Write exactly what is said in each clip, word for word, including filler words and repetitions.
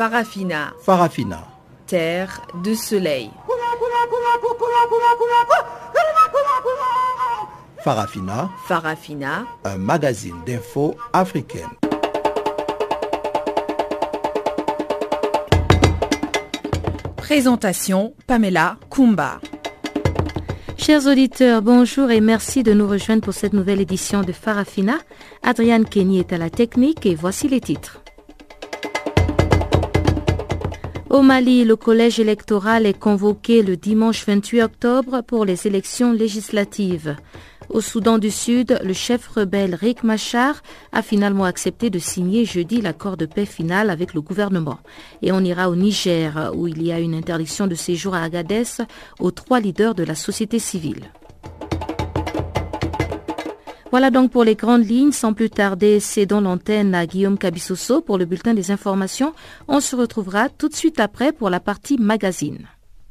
Farafina. Farafina. Terre de soleil. Farafina. Farafina. Un magazine d'infos africaine. Présentation Pamela Kumba. Chers auditeurs, bonjour et merci de nous rejoindre pour cette nouvelle édition de Farafina. Adriane Kenny est à la technique et voici les titres. Au Mali, le collège électoral est convoqué le dimanche vingt-huit octobre pour les élections législatives. Au Soudan du Sud, le chef rebelle Riek Machar a finalement accepté de signer jeudi l'accord de paix final avec le gouvernement. Et on ira au Niger, où il y a une interdiction de séjour à Agadez aux trois leaders de la société civile. Voilà donc pour les grandes lignes. Sans plus tarder, cédons l'antenne à Guillaume Kabissoso pour le bulletin des informations. On se retrouvera tout de suite après pour la partie magazine.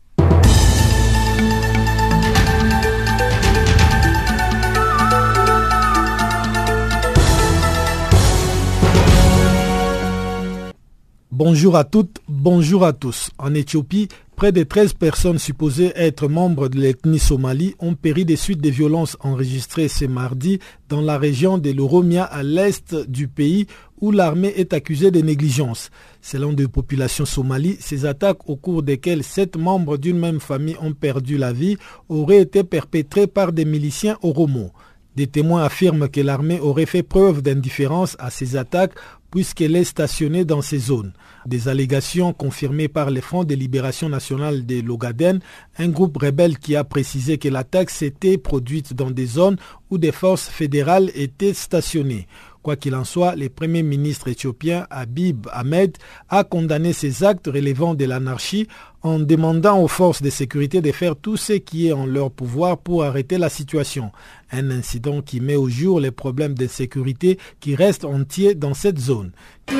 Bonjour à toutes, bonjour à tous. En Éthiopie, près de treize personnes supposées être membres de l'ethnie somali ont péri des suites des violences enregistrées ce mardi dans la région de l'Oromia à l'est du pays où l'armée est accusée de négligence. Selon des populations somalies, ces attaques au cours desquelles sept membres d'une même famille ont perdu la vie auraient été perpétrées par des miliciens oromos. Des témoins affirment que l'armée aurait fait preuve d'indifférence à ces attaques puisqu'elle est stationnée dans ces zones. Des allégations confirmées par le Front de libération nationale de l'Ogaden, un groupe rebelle qui a précisé que l'attaque s'était produite dans des zones où des forces fédérales étaient stationnées. Quoi qu'il en soit, le premier ministre éthiopien Abiy Ahmed a condamné ces actes relevant de l'anarchie en demandant aux forces de sécurité de faire tout ce qui est en leur pouvoir pour arrêter la situation. Un incident qui met au jour les problèmes de sécurité qui restent entiers dans cette zone.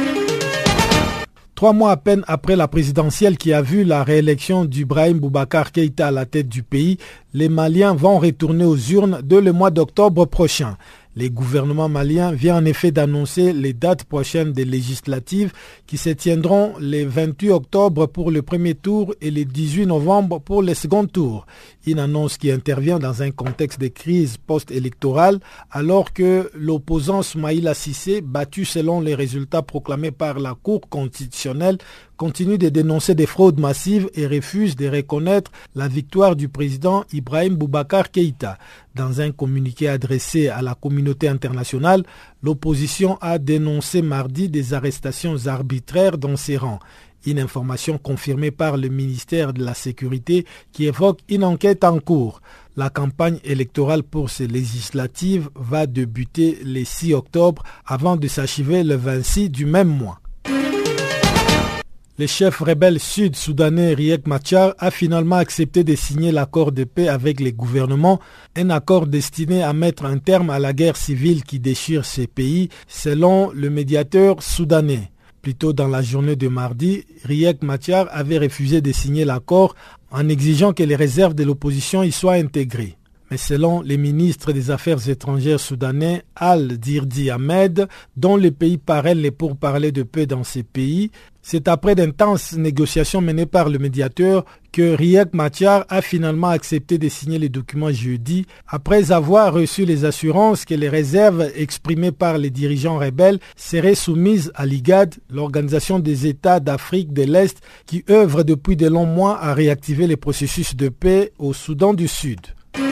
Trois mois à peine après la présidentielle qui a vu la réélection d'Ibrahim Boubacar Keïta à la tête du pays, les Maliens vont retourner aux urnes dès le mois d'octobre prochain. Le gouvernement malien vient en effet d'annoncer les dates prochaines des législatives qui se tiendront le vingt-huit octobre pour le premier tour et le dix-huit novembre pour le second tour. Une annonce qui intervient dans un contexte de crise post-électorale alors que l'opposant Soumaïla Cissé, battu selon les résultats proclamés par la Cour constitutionnelle, continue de dénoncer des fraudes massives et refuse de reconnaître la victoire du président Ibrahim Boubacar Keïta. Dans un communiqué adressé à la communauté internationale, l'opposition a dénoncé mardi des arrestations arbitraires dans ses rangs. Une information confirmée par le ministère de la Sécurité qui évoque une enquête en cours. La campagne électorale pour ces législatives va débuter le six octobre avant de s'achever le vingt-six du même mois. Le chef rebelle sud-soudanais Riek Machar a finalement accepté de signer l'accord de paix avec le gouvernement, un accord destiné à mettre un terme à la guerre civile qui déchire ce pays, selon le médiateur soudanais. Plus tôt dans la journée de mardi, Riek Machar avait refusé de signer l'accord en exigeant que les réserves de l'opposition y soient intégrées. Mais selon le ministre des Affaires étrangères soudanais Al-Dirdi Ahmed, dont le pays parraine les pourparlers de paix dans ces pays, c'est après d'intenses négociations menées par le médiateur que Riek Machar a finalement accepté de signer les documents jeudi, après avoir reçu les assurances que les réserves exprimées par les dirigeants rebelles seraient soumises à l'I G A D, l'Organisation des États d'Afrique de l'Est, qui œuvre depuis de longs mois à réactiver les processus de paix au Soudan du Sud.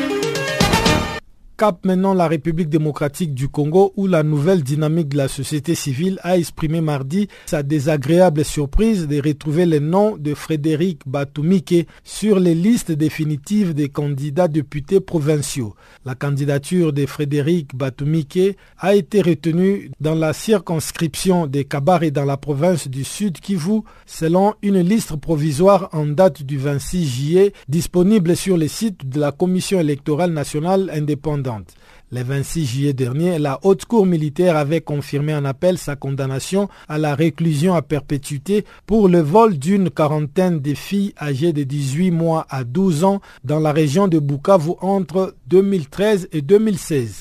Cap maintenant la République démocratique du Congo où la nouvelle dynamique de la société civile a exprimé mardi sa désagréable surprise de retrouver le nom de Frédéric Batumike sur les listes définitives des candidats députés provinciaux. La candidature de Frédéric Batumike a été retenue dans la circonscription de Kabare dans la province du Sud Kivu selon une liste provisoire en date du vingt-six juillet disponible sur le site de la Commission électorale nationale indépendante. Le vingt-six juillet dernier, la Haute Cour militaire avait confirmé en appel sa condamnation à la réclusion à perpétuité pour le vol d'une quarantaine de filles âgées de dix-huit mois à douze ans dans la région de Bukavu entre deux mille treize et deux mille seize.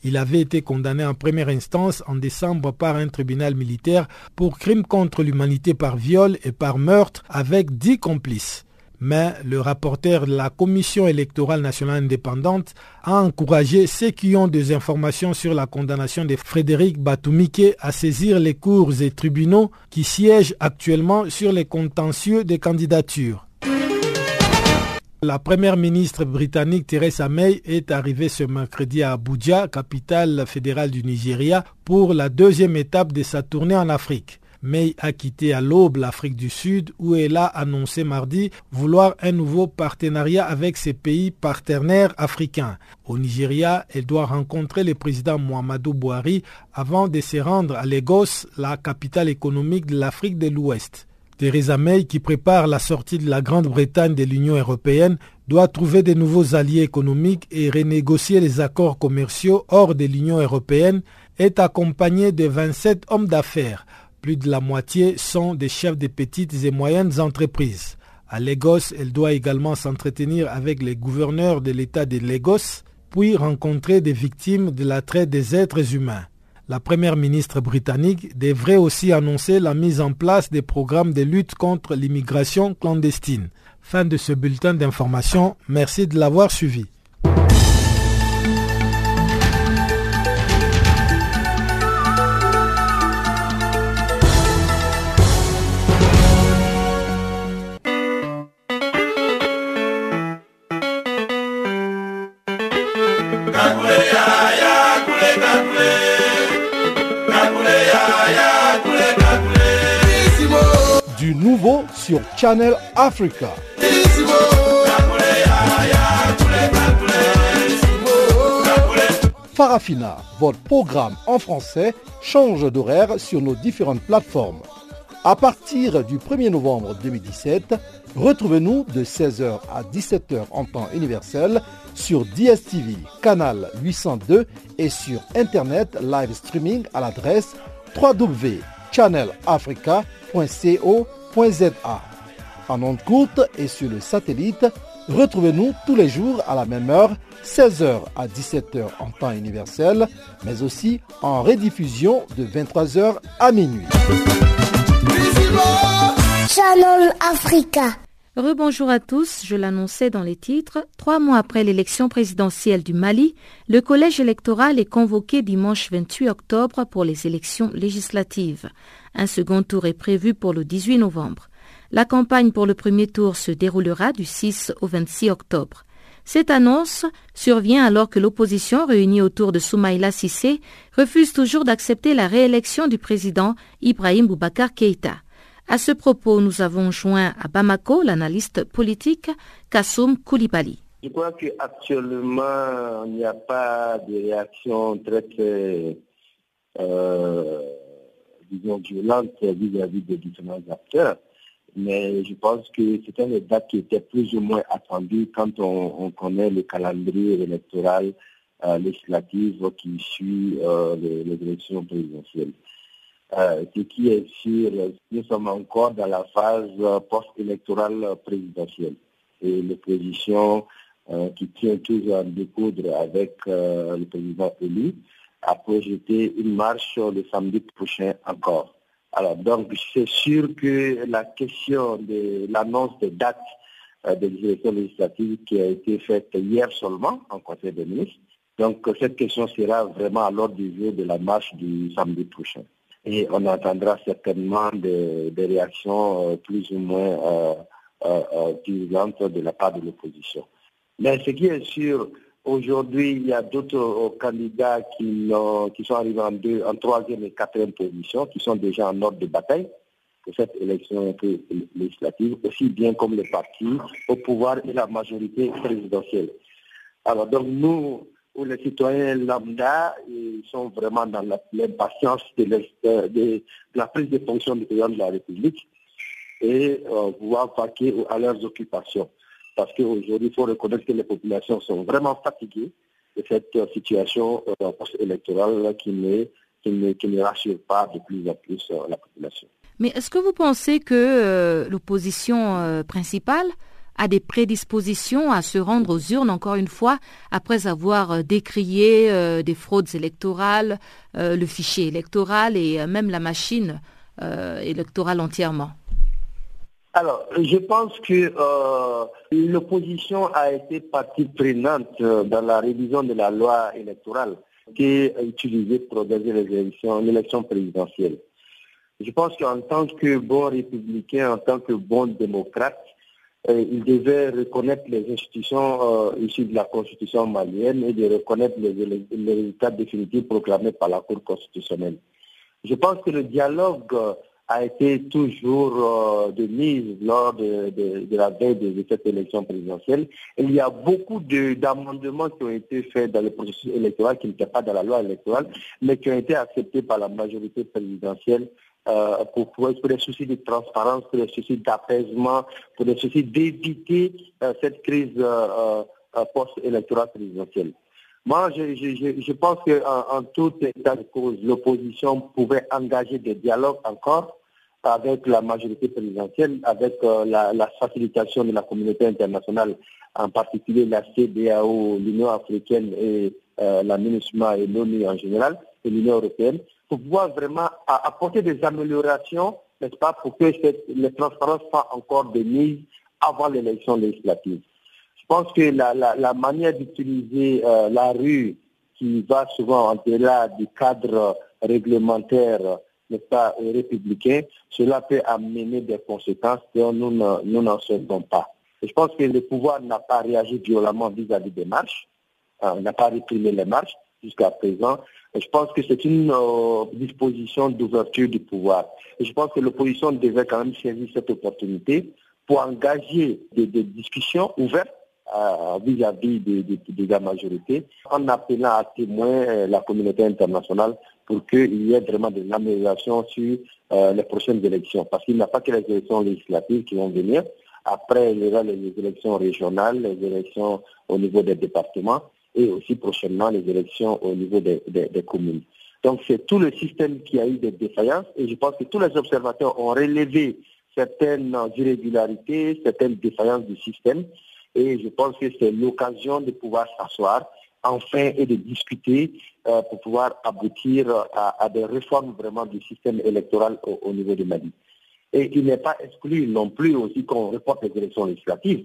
Il avait été condamné en première instance en décembre par un tribunal militaire pour crimes contre l'humanité par viol et par meurtre avec dix complices. Mais le rapporteur de la Commission électorale nationale indépendante a encouragé ceux qui ont des informations sur la condamnation de Frédéric Batumike à saisir les cours et tribunaux qui siègent actuellement sur les contentieux des candidatures. La première ministre britannique Theresa May est arrivée ce mercredi à Abuja, capitale fédérale du Nigeria, pour la deuxième étape de sa tournée en Afrique. May a quitté à l'aube l'Afrique du Sud où elle a annoncé mardi vouloir un nouveau partenariat avec ses pays partenaires africains. Au Nigeria, elle doit rencontrer le président Muhammadu Buhari avant de se rendre à Lagos, la capitale économique de l'Afrique de l'Ouest. Theresa May, qui prépare la sortie de la Grande-Bretagne de l'Union européenne, doit trouver de nouveaux alliés économiques et renégocier les accords commerciaux hors de l'Union européenne, est accompagnée de vingt-sept hommes d'affaires. Plus de la moitié sont des chefs de petites et moyennes entreprises. À Lagos, elle doit également s'entretenir avec les gouverneurs de l'État de Lagos, puis rencontrer des victimes de la traite des êtres humains. La première ministre britannique devrait aussi annoncer la mise en place des programmes de lutte contre l'immigration clandestine. Fin de ce bulletin d'information. Merci de l'avoir suivi. Du nouveau sur Channel Africa. Farafina, votre programme en français, change d'horaire sur nos différentes plateformes. À partir du premier novembre deux mille dix-sept, retrouvez-nous de seize heures à dix-sept heures en temps universel sur D S T V, canal huit cent deux et sur Internet live streaming à l'adresse w w w point channel africa point co point z a. En ondes courtes et sur le satellite, retrouvez-nous tous les jours à la même heure, seize heures à dix-sept heures en temps universel, mais aussi en rediffusion de vingt-trois heures à minuit. Channel Africa. Rebonjour à tous, je l'annonçais dans les titres. Trois mois après l'élection présidentielle du Mali, le collège électoral est convoqué dimanche vingt-huit octobre pour les élections législatives. Un second tour est prévu pour le dix-huit novembre. La campagne pour le premier tour se déroulera du six au vingt-six octobre. Cette annonce survient alors que l'opposition réunie autour de Soumaïla Cissé refuse toujours d'accepter la réélection du président Ibrahim Boubacar Keïta. À ce propos, nous avons joint à Bamako l'analyste politique Kassoum Koulibaly. Je crois qu'actuellement, il n'y a pas de réaction très, très euh, disons, violente vis-à-vis des différents acteurs. Mais je pense que c'était une date qui était plus ou moins attendue quand on, on connaît le calendrier électoral euh, législatif qui suit euh, les, les élections présidentielles. Euh, ce qui est sûr, nous sommes encore dans la phase post-électorale présidentielle. Et l'opposition euh, qui tient toujours à découdre avec euh, le président élu a projeté une marche le samedi prochain encore. Alors donc c'est sûr que la question de l'annonce des dates euh, des élections législatives qui a été faite hier seulement en Conseil des ministres, donc cette question sera vraiment à l'ordre du jour de la marche du samedi prochain. Et on entendra certainement des, des réactions euh, plus ou moins euh, euh, euh, violentes de la part de l'opposition. Mais ce qui est sûr, aujourd'hui, il y a d'autres euh, candidats qui, euh, qui sont arrivés en, deux, en troisième et quatrième position, qui sont déjà en ordre de bataille pour cette élection législative, aussi bien comme les partis au pouvoir et la majorité présidentielle. Alors donc nous, où les citoyens lambda ils sont vraiment dans l'impatience de, de, de la prise de fonction du président de la République et euh, pouvoir vaquer à leurs occupations. Parce qu'aujourd'hui, il faut reconnaître que les populations sont vraiment fatiguées de cette euh, situation euh, post-électorale qui ne, qui, ne, qui ne rassure pas de plus en plus euh, la population. Mais est-ce que vous pensez que euh, l'opposition euh, principale a des prédispositions à se rendre aux urnes, encore une fois, après avoir décrié euh, des fraudes électorales, euh, le fichier électoral et euh, même la machine euh, électorale entièrement? Alors, je pense que euh, l'opposition a été partie prenante euh, dans la révision de la loi électorale qui est utilisée pour organiser les élections, l'élection présidentielle. Je pense qu'en tant que bon républicain, en tant que bon démocrate, euh, il devait reconnaître les institutions euh, issues de la Constitution malienne et de reconnaître les, les, les résultats définitifs proclamés par la Cour constitutionnelle. Je pense que le dialogue euh, a été toujours euh, de mise lors de, de, de la veille de, de cette élection présidentielle. Il y a beaucoup de, d'amendements qui ont été faits dans le processus électoral qui n'étaient pas dans la loi électorale, mais qui ont été acceptés par la majorité présidentielle euh, pour, pour, pour des soucis de transparence, pour des soucis d'apaisement, pour des soucis d'éviter euh, cette crise euh, euh, post-électorale présidentielle. Moi, je, je, je pense qu'en en tout état de cause, l'opposition pouvait engager des dialogues encore avec la majorité présidentielle, avec euh, la, la facilitation de la communauté internationale, en particulier la C D A O, l'Union africaine et euh, la MINUSMA et l'ONU en général, et l'Union européenne, pour pouvoir vraiment apporter des améliorations, n'est-ce pas, pour que cette, les transparences soient encore de mise avant l'élection législative. Je pense que la, la, la manière d'utiliser euh, la rue qui va souvent au-delà du cadre réglementaire, n'est-ce pas, républicain, cela peut amener des conséquences que nous, ne, nous n'en souhaitons pas. Et je pense que le pouvoir n'a pas réagi violemment vis-à-vis des marches, euh, n'a pas réprimé les marches jusqu'à présent. Et je pense que c'est une euh, disposition d'ouverture du pouvoir. Et je pense que l'opposition devait quand même saisir cette opportunité pour engager des, des discussions ouvertes Euh, vis-à-vis de, de, de la majorité, en appelant à témoin euh, la communauté internationale pour qu'il y ait vraiment de l'amélioration sur euh, les prochaines élections. Parce qu'il n'y a pas que les élections législatives qui vont venir. Après, il y aura les élections régionales, les élections au niveau des départements et aussi prochainement les élections au niveau des, des, des communes. Donc c'est tout le système qui a eu des défaillances et je pense que tous les observateurs ont relevé certaines irrégularités, certaines défaillances du système. Et je pense que c'est l'occasion de pouvoir s'asseoir, enfin, et de discuter euh, pour pouvoir aboutir à, à des réformes vraiment du système électoral au, au niveau du Mali. Et il n'est pas exclu non plus aussi qu'on reporte les élections législatives.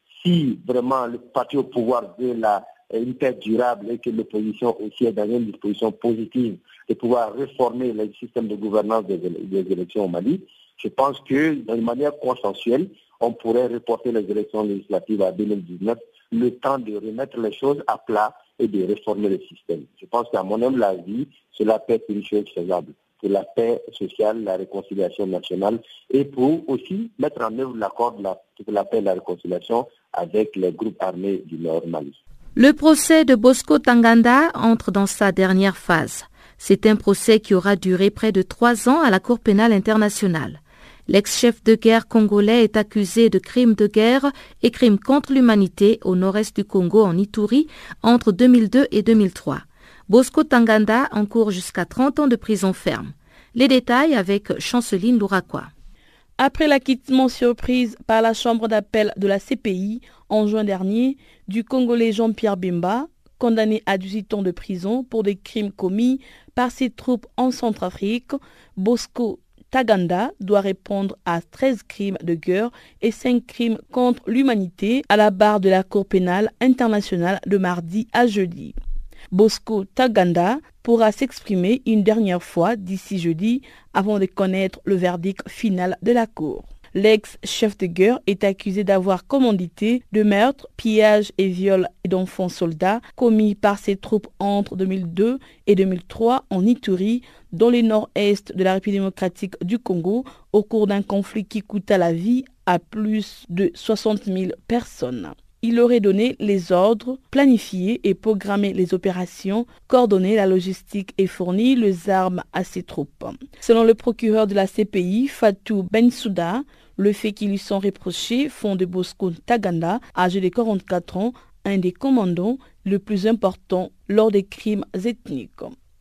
Si vraiment le parti au pouvoir veut la, une paix durable et que l'opposition aussi est dans une disposition positive de pouvoir réformer le système de gouvernance des, des élections au Mali, je pense que d'une manière consensuelle, on pourrait reporter les élections législatives à deux mille dix-neuf, le temps de remettre les choses à plat et de réformer le système. Je pense qu'à mon humble avis, cela peut être une chose faisable pour la paix sociale, la réconciliation nationale et pour aussi mettre en œuvre l'accord de la, de la paix et la réconciliation avec les groupes armés du Nord Mali. Le procès de Bosco Ntaganda entre dans sa dernière phase. C'est un procès qui aura duré près de trois ans à la Cour pénale internationale. L'ex-chef de guerre congolais est accusé de crimes de guerre et crimes contre l'humanité au nord-est du Congo en Ituri entre deux mille deux et deux mille trois. Bosco Ntaganda encourt jusqu'à trente ans de prison ferme. Les détails avec Chanceline Louraquois. Après l'acquittement surprise par la chambre d'appel de la C P I en juin dernier du Congolais Jean-Pierre Bemba, condamné à dix-huit ans de prison pour des crimes commis par ses troupes en Centrafrique, Bosco Ntaganda doit répondre à treize crimes de guerre et cinq crimes contre l'humanité à la barre de la Cour pénale internationale de mardi à jeudi. Bosco Ntaganda pourra s'exprimer une dernière fois d'ici jeudi avant de connaître le verdict final de la Cour. L'ex-chef de guerre est accusé d'avoir commandité de meurtres, pillages et viols d'enfants soldats commis par ses troupes entre deux mille deux et deux mille trois en Ituri, dans le nord-est de la République démocratique du Congo, au cours d'un conflit qui coûta la vie à plus de soixante mille personnes. Il aurait donné les ordres, planifié et programmé les opérations, coordonné la logistique et fourni les armes à ses troupes. Selon le procureur de la C P I, Fatou Bensouda, le fait qui lui sont reprochés font de Bosco Ntaganda, âgé de quarante-quatre ans, un des commandants les plus importants lors des crimes ethniques.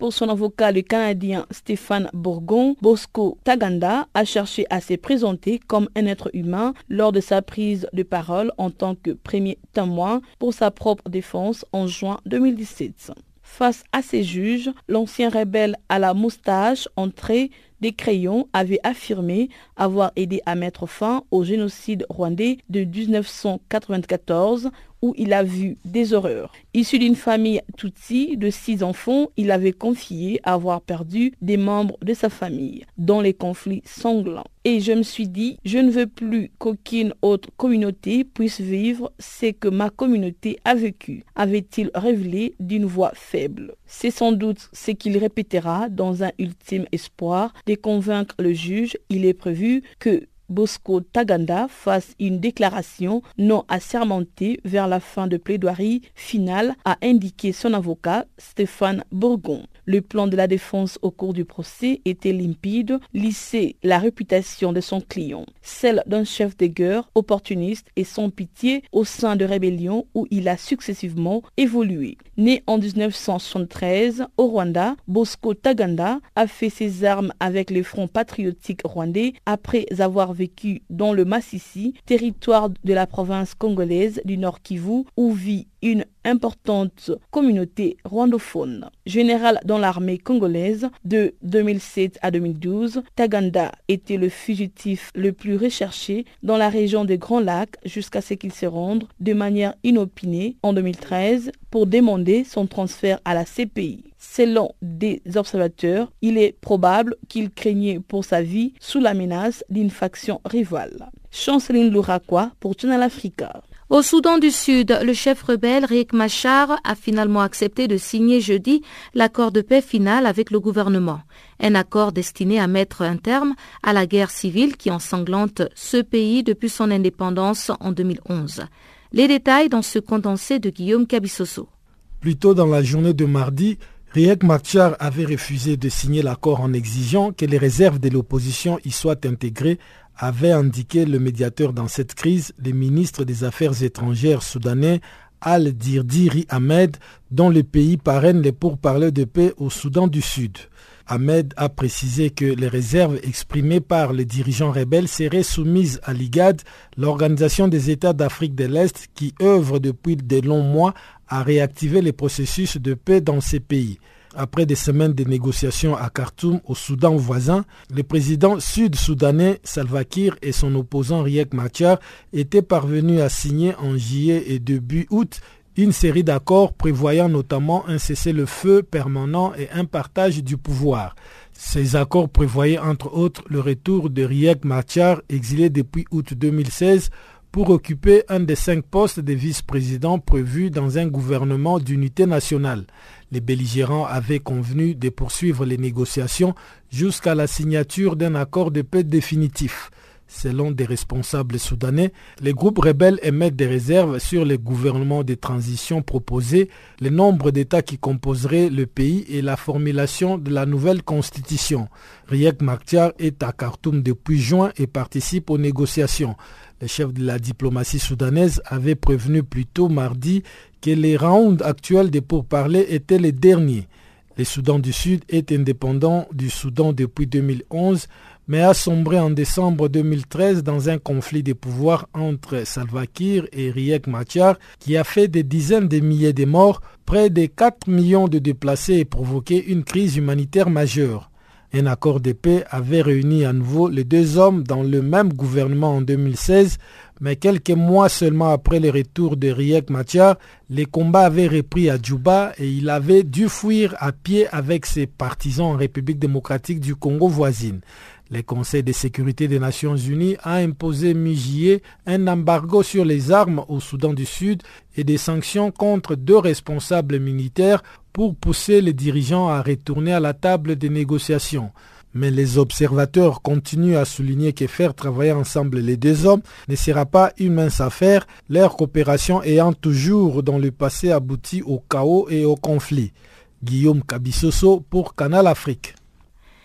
Pour son avocat, le Canadien Stéphane Bourgon, Bosco Ntaganda a cherché à se présenter comme un être humain lors de sa prise de parole en tant que premier témoin pour sa propre défense en juin deux mille dix-sept. Face à ses juges, l'ancien rebelle à la moustache entré des crayons avait affirmé avoir aidé à mettre fin au génocide rwandais de dix-neuf cent quatre-vingt-quatorze où il a vu des horreurs. Issu d'une famille Tutsi de six enfants, il avait confié avoir perdu des membres de sa famille dans les conflits sanglants. Et je me suis dit, je ne veux plus qu'aucune autre communauté puisse vivre ce que ma communauté a vécu, avait-il révélé d'une voix faible. C'est sans doute ce qu'il répétera dans un ultime espoir de convaincre le juge. Il est prévu que Bosco Ntaganda fasse une déclaration non assermentée vers la fin de plaidoirie finale, a indiqué son avocat Stéphane Bourgon. Le plan de la défense au cours du procès était limpide, lisser la réputation de son client, celle d'un chef de guerre opportuniste et sans pitié au sein de rébellions où il a successivement évolué. Né en dix-neuf cent soixante-treize au Rwanda, Bosco Ntaganda a fait ses armes avec le Front patriotique rwandais après avoir vécu dans le Massissi, territoire de la province congolaise du Nord Kivu, où vit une importante communauté rwandophone. Général dans l'armée congolaise de deux mille sept à deux mille douze, Ntaganda était le fugitif le plus recherché dans la région des Grands Lacs jusqu'à ce qu'il se rende de manière inopinée en deux mille treize pour demander son transfert à la C P I. Selon des observateurs, il est probable qu'il craignait pour sa vie sous la menace d'une faction rivale. Chanceline Louraquois pour Channel Africa. Au Soudan du Sud, le chef rebelle Riek Machar a finalement accepté de signer jeudi l'accord de paix final avec le gouvernement. Un accord destiné à mettre un terme à la guerre civile qui ensanglante ce pays depuis son indépendance en deux mille onze. Les détails dans ce condensé de Guillaume Cabissoso. Plus tôt dans la journée de mardi, Riek Machar avait refusé de signer l'accord en exigeant que les réserves de l'opposition y soient intégrées, avait indiqué le médiateur dans cette crise, le ministre des Affaires étrangères soudanais Al-Dirdiri Ahmed, dont le pays parraine les pourparlers de paix au Soudan du Sud. Ahmed a précisé que les réserves exprimées par les dirigeants rebelles seraient soumises à l'I G A D, l'Organisation des États d'Afrique de l'Est qui œuvre depuis de longs mois à réactiver les processus de paix dans ces pays. Après des semaines de négociations à Khartoum, au Soudan voisin, le président sud-soudanais Salva Kiir et son opposant Riek Machar étaient parvenus à signer en juillet et début août une série d'accords prévoyant notamment un cessez-le-feu permanent et un partage du pouvoir. Ces accords prévoyaient entre autres le retour de Riek Machar, exilé depuis août deux mille seize, pour occuper un des cinq postes de vice-président prévus dans un gouvernement d'unité nationale. Les belligérants avaient convenu de poursuivre les négociations jusqu'à la signature d'un accord de paix définitif. Selon des responsables soudanais, les groupes rebelles émettent des réserves sur les gouvernements de transition proposés, le nombre d'États qui composeraient le pays et la formulation de la nouvelle constitution. Riek Machar est à Khartoum depuis juin et participe aux négociations. Le chef de la diplomatie soudanaise avait prévenu plus tôt mardi que les rounds actuels des pourparlers étaient les derniers. Le Soudan du Sud est indépendant du Soudan depuis deux mille onze, mais a sombré en décembre deux mille treize dans un conflit de pouvoir entre Salva Kiir et Riek Machar qui a fait des dizaines de milliers de morts, près de quatre millions de déplacés et provoqué une crise humanitaire majeure. Un accord de paix avait réuni à nouveau les deux hommes dans le même gouvernement en deux mille seize, mais quelques mois seulement après le retour de Riek Machar, les combats avaient repris à Djouba et il avait dû fuir à pied avec ses partisans en République démocratique du Congo voisine. Le Conseil de sécurité des Nations Unies a imposé mi-juillet un embargo sur les armes au Soudan du Sud et des sanctions contre deux responsables militaires pour pousser les dirigeants à retourner à la table des négociations. Mais les observateurs continuent à souligner que faire travailler ensemble les deux hommes ne sera pas une mince affaire, leur coopération ayant toujours dans le passé abouti au chaos et au conflit. Guillaume Cabissoso pour Canal Afrique.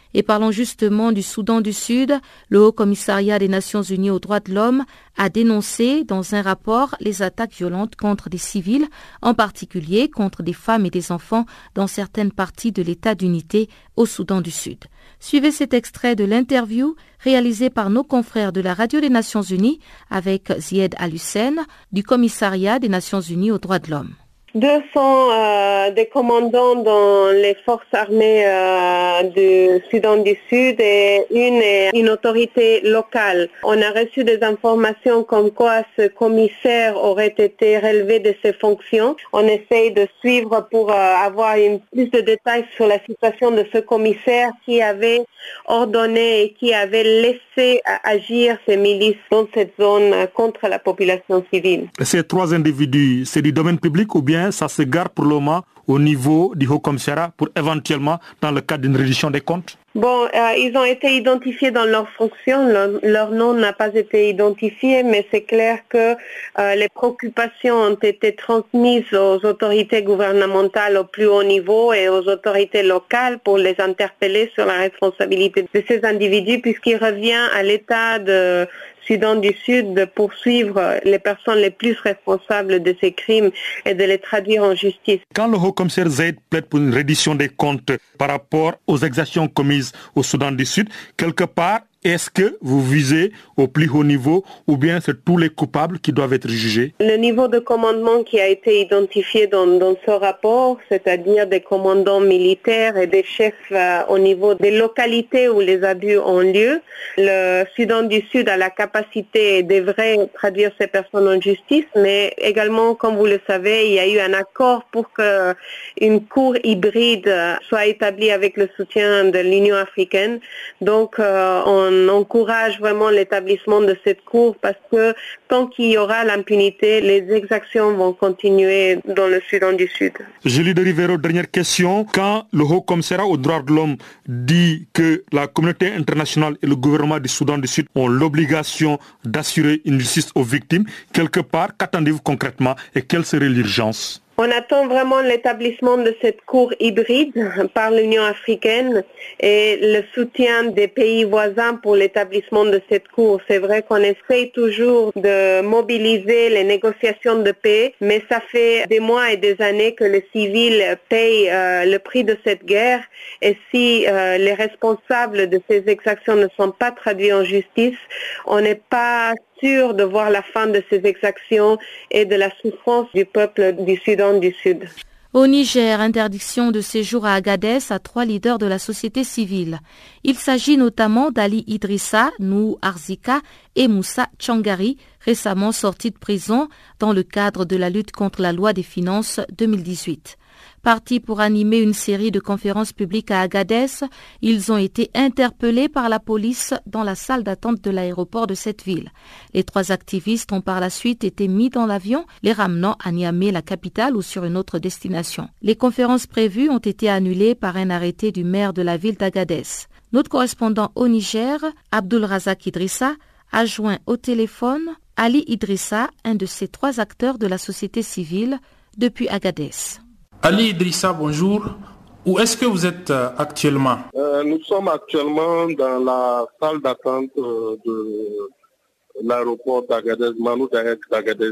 Et parlons justement du Soudan du Sud. Le Haut Commissariat des Nations Unies aux droits de l'homme a dénoncé dans un rapport les attaques violentes contre des civils, en particulier contre des femmes et des enfants dans certaines parties de l'État d'unité au Soudan du Sud. Suivez cet extrait de l'interview réalisé par nos confrères de la Radio des Nations Unies avec Zied Al-Hussein du Commissariat des Nations Unies aux droits de l'homme. Deux sont euh, des commandants dans les forces armées euh, du Soudan du Sud et une est une autorité locale. On a reçu des informations comme quoi ce commissaire aurait été relevé de ses fonctions. On essaye de suivre pour euh, avoir une, plus de détails sur la situation de ce commissaire qui avait ordonné et qui avait laissé agir ces milices dans cette zone euh, contre la population civile. Ces trois individus, c'est du domaine public ou bien ça se garde pour le moment au niveau du Haut Commissariat pour éventuellement, dans le cadre d'une reddition des comptes? Bon, euh, ils ont été identifiés dans leurs fonctions. Leur, leur nom n'a pas été identifié, mais c'est clair que euh, les préoccupations ont été transmises aux autorités gouvernementales au plus haut niveau et aux autorités locales pour les interpeller sur la responsabilité de ces individus, puisqu'il revient à l'État de Soudan du Sud de poursuivre les personnes les plus responsables de ces crimes et de les traduire en justice. Quand le Haut-Commissaire Zeid plaide pour une reddition des comptes par rapport aux exactions commises au Soudan du Sud, quelque part, est-ce que vous visez au plus haut niveau ou bien c'est tous les coupables qui doivent être jugés? Le niveau de commandement qui a été identifié dans, dans ce rapport, c'est-à-dire des commandants militaires et des chefs euh, au niveau des localités où les abus ont lieu, le Soudan du Sud a la capacité et devrait traduire ces personnes en justice, mais également, comme vous le savez, il y a eu un accord pour qu'une cour hybride soit établie avec le soutien de l'Union africaine. Donc, euh, on On encourage vraiment l'établissement de cette cour parce que tant qu'il y aura l'impunité, les exactions vont continuer dans le Soudan du Sud. Julie de Rivero, dernière question. Quand le Haut Commissariat aux droits de l'homme dit que la communauté internationale et le gouvernement du Soudan du Sud ont l'obligation d'assurer une justice aux victimes, quelque part, qu'attendez-vous concrètement et quelle serait l'urgence? On attend vraiment l'établissement de cette cour hybride par l'Union africaine et le soutien des pays voisins pour l'établissement de cette cour. C'est vrai qu'on essaye toujours de mobiliser les négociations de paix, mais ça fait des mois et des années que les civils payent euh, le prix de cette guerre. Et si euh, les responsables de ces exactions ne sont pas traduits en justice, on n'est pas sûr de voir la fin de ces exactions et de la souffrance du peuple du Soudan du Sud. Au Niger, interdiction de séjour à Agadez à trois leaders de la société civile. Il s'agit notamment d'Ali Idrissa, Nou Arzika et Moussa Tchangari, récemment sortis de prison dans le cadre de la lutte contre la loi des finances deux mille dix-huit. Partis pour animer une série de conférences publiques à Agadez, ils ont été interpellés par la police dans la salle d'attente de l'aéroport de cette ville. Les trois activistes ont par la suite été mis dans l'avion, les ramenant à Niamey, la capitale, ou sur une autre destination. Les conférences prévues ont été annulées par un arrêté du maire de la ville d'Agadez. Notre correspondant au Niger, Abdul Razak Idrissa, a joint au téléphone Ali Idrissa, un de ces trois acteurs de la société civile, depuis Agadez. Ali Idrissa, bonjour. Où est-ce que vous êtes euh, actuellement? euh, Nous sommes actuellement dans la salle d'attente euh, de l'aéroport d'Agadez, Manou Dayak d'Agadez,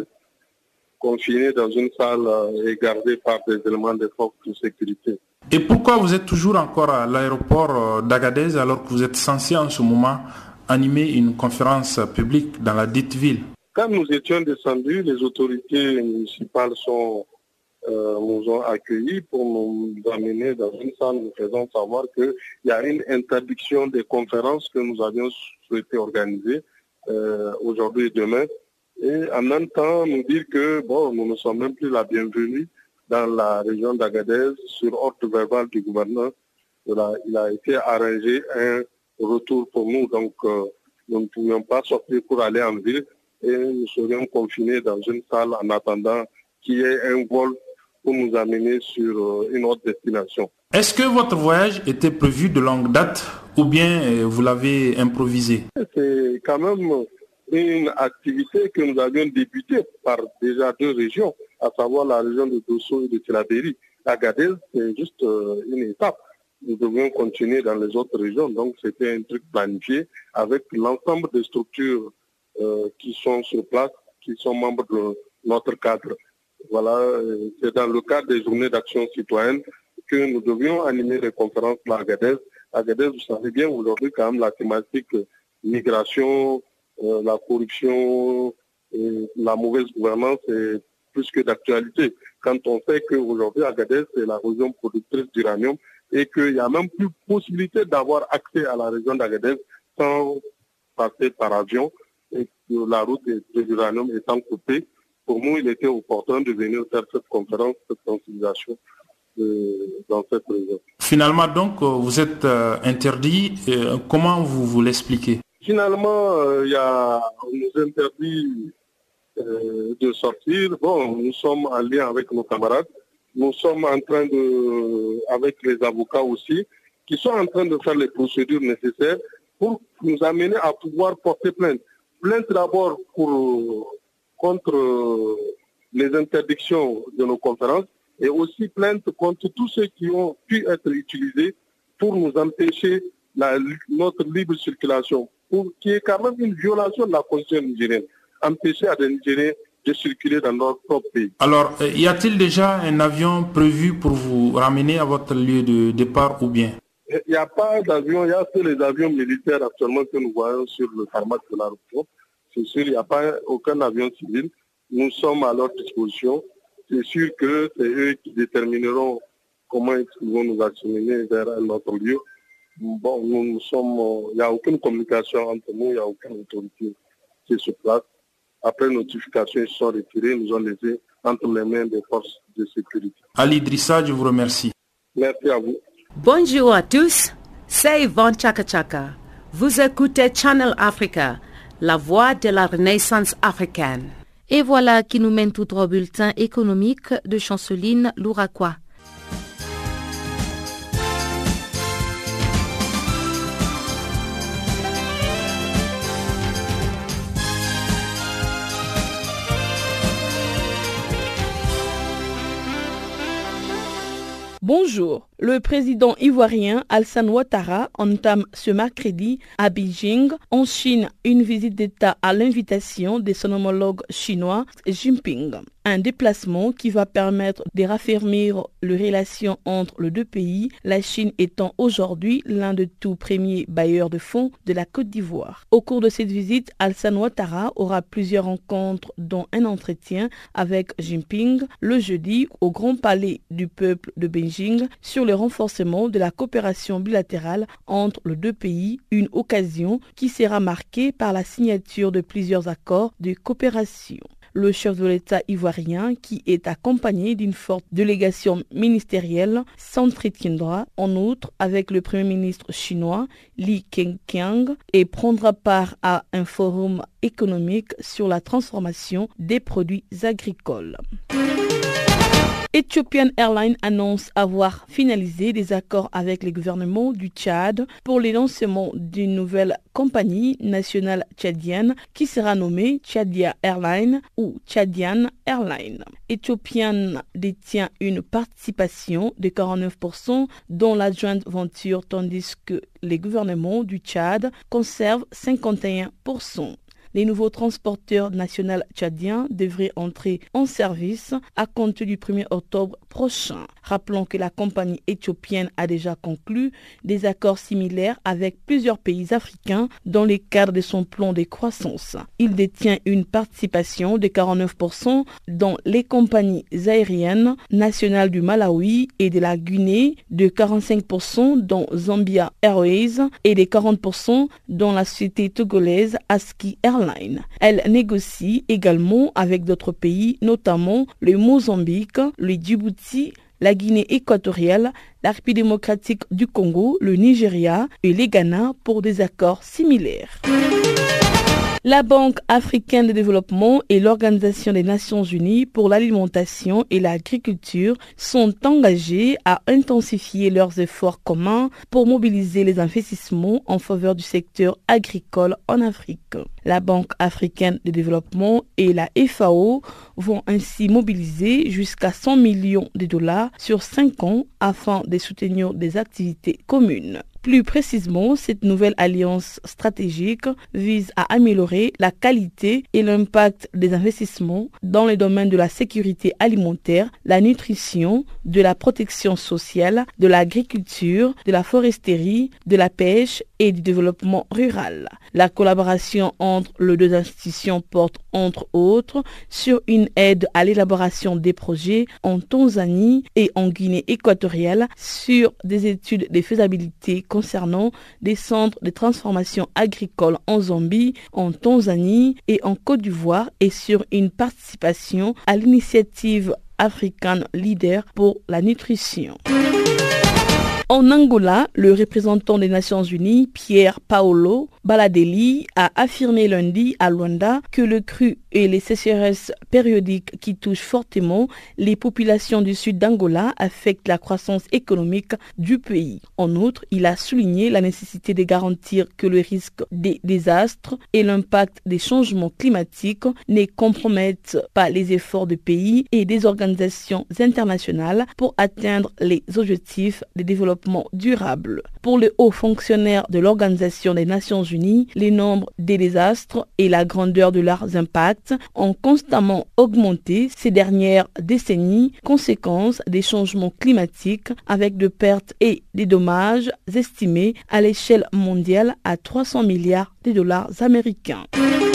confinés dans une salle euh, et gardés par des éléments de force de sécurité. Et pourquoi vous êtes toujours encore à l'aéroport euh, d'Agadez alors que vous êtes censé en ce moment animer une conférence publique dans la dite ville? Quand nous étions descendus, les autorités municipales sont Euh, nous ont accueillis pour nous amener dans une salle, nous faisant savoir qu'il y a une interdiction des conférences que nous avions souhaité organiser euh, aujourd'hui et demain. Et en même temps, nous dire que bon, nous ne sommes même plus la bienvenue dans la région d'Agadez. Sur ordre verbal du gouverneur, il a, il a été arrangé un retour pour nous. Donc, euh, nous ne pouvions pas sortir pour aller en ville et nous serions confinés dans une salle en attendant qu'il y ait un vol pour nous amener sur une autre destination. Est-ce que votre voyage était prévu de longue date ou bien vous l'avez improvisé? C'est quand même une activité que nous avions débutée par déjà deux régions, à savoir la région de Dosso et de Tillabéri. Agadez, c'est juste une étape. nous devions continuer dans les autres régions. Donc c'était un truc planifié avec l'ensemble des structures euh, qui sont sur place, qui sont membres de notre cadre. Voilà, c'est dans le cadre des journées d'action citoyenne que nous devions animer les conférences à Agadez. Agadez, vous savez bien, aujourd'hui, quand même, la thématique migration, euh, la corruption, et la mauvaise gouvernance est plus que d'actualité. Quand on sait qu'aujourd'hui, Agadez, c'est la région productrice d'uranium et qu'il n'y a même plus possibilité d'avoir accès à la région d'Agadez sans passer par avion et que la route de l'uranium étant coupée. Pour nous, il était opportun de venir faire cette conférence, cette sensibilisation euh, dans cette région. Finalement, donc, vous êtes euh, interdit. Euh, comment vous, vous l'expliquez? Finalement, il euh, y a, on nous interdit euh, de sortir. Bon, nous sommes en lien avec nos camarades. Nous sommes en train de, avec les avocats aussi, qui sont en train de faire les procédures nécessaires pour nous amener à pouvoir porter plainte. Plainte d'abord pour contre les interdictions de nos conférences et aussi plainte contre tous ceux qui ont pu être utilisés pour nous empêcher la, notre libre circulation, pour, qui est quand même une violation de la constitution nigérienne, empêcher à des Nigériens de circuler dans notre propre pays. Alors, y a-t-il déjà un avion prévu pour vous ramener à votre lieu de départ ou bien? Il n'y a pas d'avion, il y a que les avions militaires actuellement que nous voyons sur le tarmac de la route. C'est sûr, il n'y a pas aucun avion civil. Nous sommes à leur disposition. C'est sûr que c'est eux qui détermineront comment ils vont nous acheminer vers un autre lieu. Bon, nous, nous sommes, il n'y a aucune communication entre nous, il n'y a aucune autorité qui est sur place. Après notification, ils sont retirés, nous ont laissé entre les mains des forces de sécurité. Ali Idrissa, je vous remercie. Merci à vous. Bonjour à tous, c'est Yvonne Chaka Chaka. Vous écoutez Channel Africa, la voix de la Renaissance africaine. Et voilà qui nous mène tout droit au bulletin économique de Chanceline Louraquois. Bonjour. Le président ivoirien Alassane Ouattara entame ce mercredi à Beijing, en Chine, une visite d'État à l'invitation de son homologue chinois Xi Jinping. Un déplacement qui va permettre de raffermir les relations entre les deux pays, la Chine étant aujourd'hui l'un des tout premiers bailleurs de fonds de la Côte d'Ivoire. Au cours de cette visite, Alassane Ouattara aura plusieurs rencontres, dont un entretien avec Xi Jinping le jeudi au Grand Palais du Peuple de Beijing sur le renforcement de la coopération bilatérale entre les deux pays, une occasion qui sera marquée par la signature de plusieurs accords de coopération. Le chef de l'État ivoirien, qui est accompagné d'une forte délégation ministérielle, s'entretiendra en outre avec le Premier ministre chinois Li Keqiang et prendra part à un forum économique sur la transformation des produits agricoles. Ethiopian Airlines annonce avoir finalisé des accords avec le gouvernement du Tchad pour le lancement d'une nouvelle compagnie nationale tchadienne qui sera nommée Tchadia Airlines ou Tchadian Airlines. Ethiopian détient une participation de quarante-neuf pour cent dans la joint venture tandis que le gouvernement du Tchad conserve cinquante et un pour cent. Les nouveaux transporteurs nationaux tchadiens devraient entrer en service à compter du premier octobre prochain. Rappelons que la compagnie éthiopienne a déjà conclu des accords similaires avec plusieurs pays africains dans le cadre de son plan de croissance. Il détient une participation de quarante-neuf pour cent dans les compagnies aériennes nationales du Malawi et de la Guinée, de quarante-cinq pour cent dans Zambia Airways et de quarante pour cent dans la société togolaise Aski Airlines. Elle négocie également avec d'autres pays, notamment le Mozambique, le Djibouti, la Guinée équatoriale, la République démocratique du Congo, le Nigeria et le Ghana pour des accords similaires. La Banque africaine de développement et l'Organisation des Nations unies pour l'alimentation et l'agriculture sont engagés à intensifier leurs efforts communs pour mobiliser les investissements en faveur du secteur agricole en Afrique. La Banque africaine de développement et la F A O vont ainsi mobiliser jusqu'à cent millions de dollars sur cinq ans afin de soutenir des activités communes. Plus précisément, cette nouvelle alliance stratégique vise à améliorer la qualité et l'impact des investissements dans les domaines de la sécurité alimentaire, la nutrition, de la protection sociale, de l'agriculture, de la foresterie, de la pêche et du développement rural. La collaboration entre les deux institutions porte entre autres sur une aide à l'élaboration des projets en Tanzanie et en Guinée équatoriale, sur des études de faisabilité concernant des centres de transformation agricole en Zambie, en Tanzanie et en Côte d'Ivoire, et sur une participation à l'initiative African Leader pour la nutrition. En Angola, le représentant des Nations Unies, Pierre Paolo Baladelli, a affirmé lundi à Luanda que le cru et les sécheresses périodiques qui touchent fortement les populations du sud d'Angola affectent la croissance économique du pays. En outre, il a souligné la nécessité de garantir que le risque des désastres et l'impact des changements climatiques ne compromettent pas les efforts du pays et des organisations internationales pour atteindre les objectifs de développement durable. Pour le haut fonctionnaire de l'Organisation des Nations Unies, les nombres des désastres et la grandeur de leurs impacts ont constamment augmenté ces dernières décennies, conséquence des changements climatiques, avec de pertes et des dommages estimés à l'échelle mondiale à trois cents milliards de dollars américains.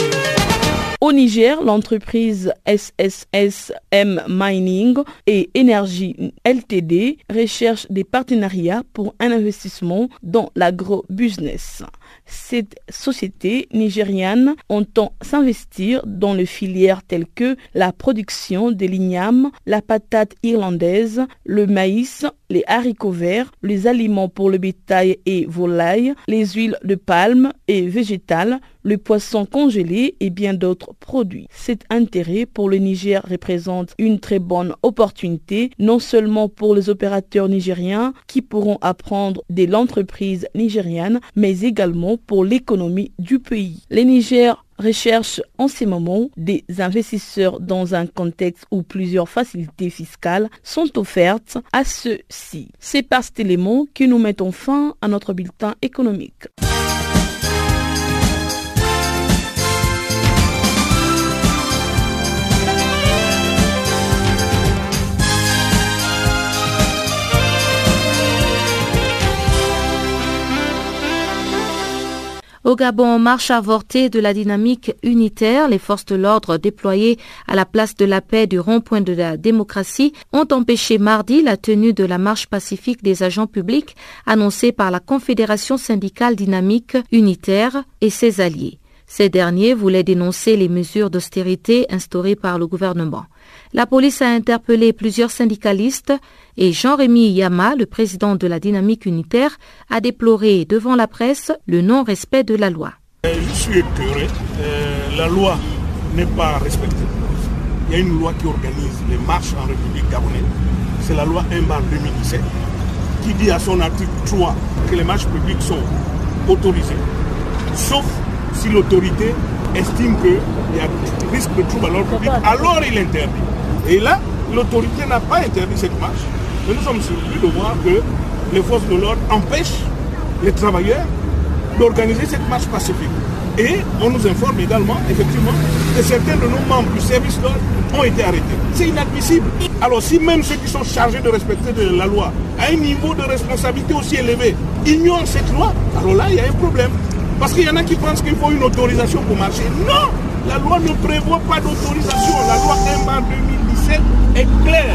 Au Niger, l'entreprise S S S M Mining et Energy L T D recherche des partenariats pour un investissement dans l'agro-business. Cette société nigériane entend s'investir dans les filières telles que la production de l'igname, la patate irlandaise, le maïs, les haricots verts, les aliments pour le bétail et volailles, les huiles de palme et végétales, le poisson congelé et bien d'autres produits. Cet intérêt pour le Niger représente une très bonne opportunité, non seulement pour les opérateurs nigériens qui pourront apprendre de l'entreprise nigériane, mais également pour l'économie du pays. Le Niger recherche en ce moment des investisseurs dans un contexte où plusieurs facilités fiscales sont offertes à ceux-ci. C'est par cet élément que nous mettons fin à notre bulletin économique. Au Gabon, marche avortée de la dynamique unitaire, les forces de l'ordre déployées à la place de la paix du rond-point de la démocratie ont empêché mardi la tenue de la marche pacifique des agents publics annoncée par la Confédération syndicale dynamique unitaire et ses alliés. Ces derniers voulaient dénoncer les mesures d'austérité instaurées par le gouvernement. La police a interpellé plusieurs syndicalistes et Jean-Rémy Yama, le président de la dynamique unitaire, a déploré devant la presse le non-respect de la loi. Je suis écœuré. Euh, la loi n'est pas respectée. Il y a une loi qui organise les marches en République gabonaise. C'est la loi un barre deux mille dix-sept qui dit à son article trois que les marches publiques sont autorisées, sauf si l'autorité estime qu'il y a risque de trouble à l'ordre public, alors il interdit. Et là, l'autorité n'a pas interdit cette marche. Mais nous sommes surpris de voir que les forces de l'ordre empêchent les travailleurs d'organiser cette marche pacifique. Et on nous informe également, effectivement, que certains de nos membres du service d'ordre ont été arrêtés. C'est inadmissible. Alors si même ceux qui sont chargés de respecter de la loi à un niveau de responsabilité aussi élevé ignorent cette loi, alors là, il y a un problème. Parce qu'il y en a qui pensent qu'il faut une autorisation pour marcher. Non! La loi ne prévoit pas d'autorisation. La loi un barre deux mille dix-sept est claire.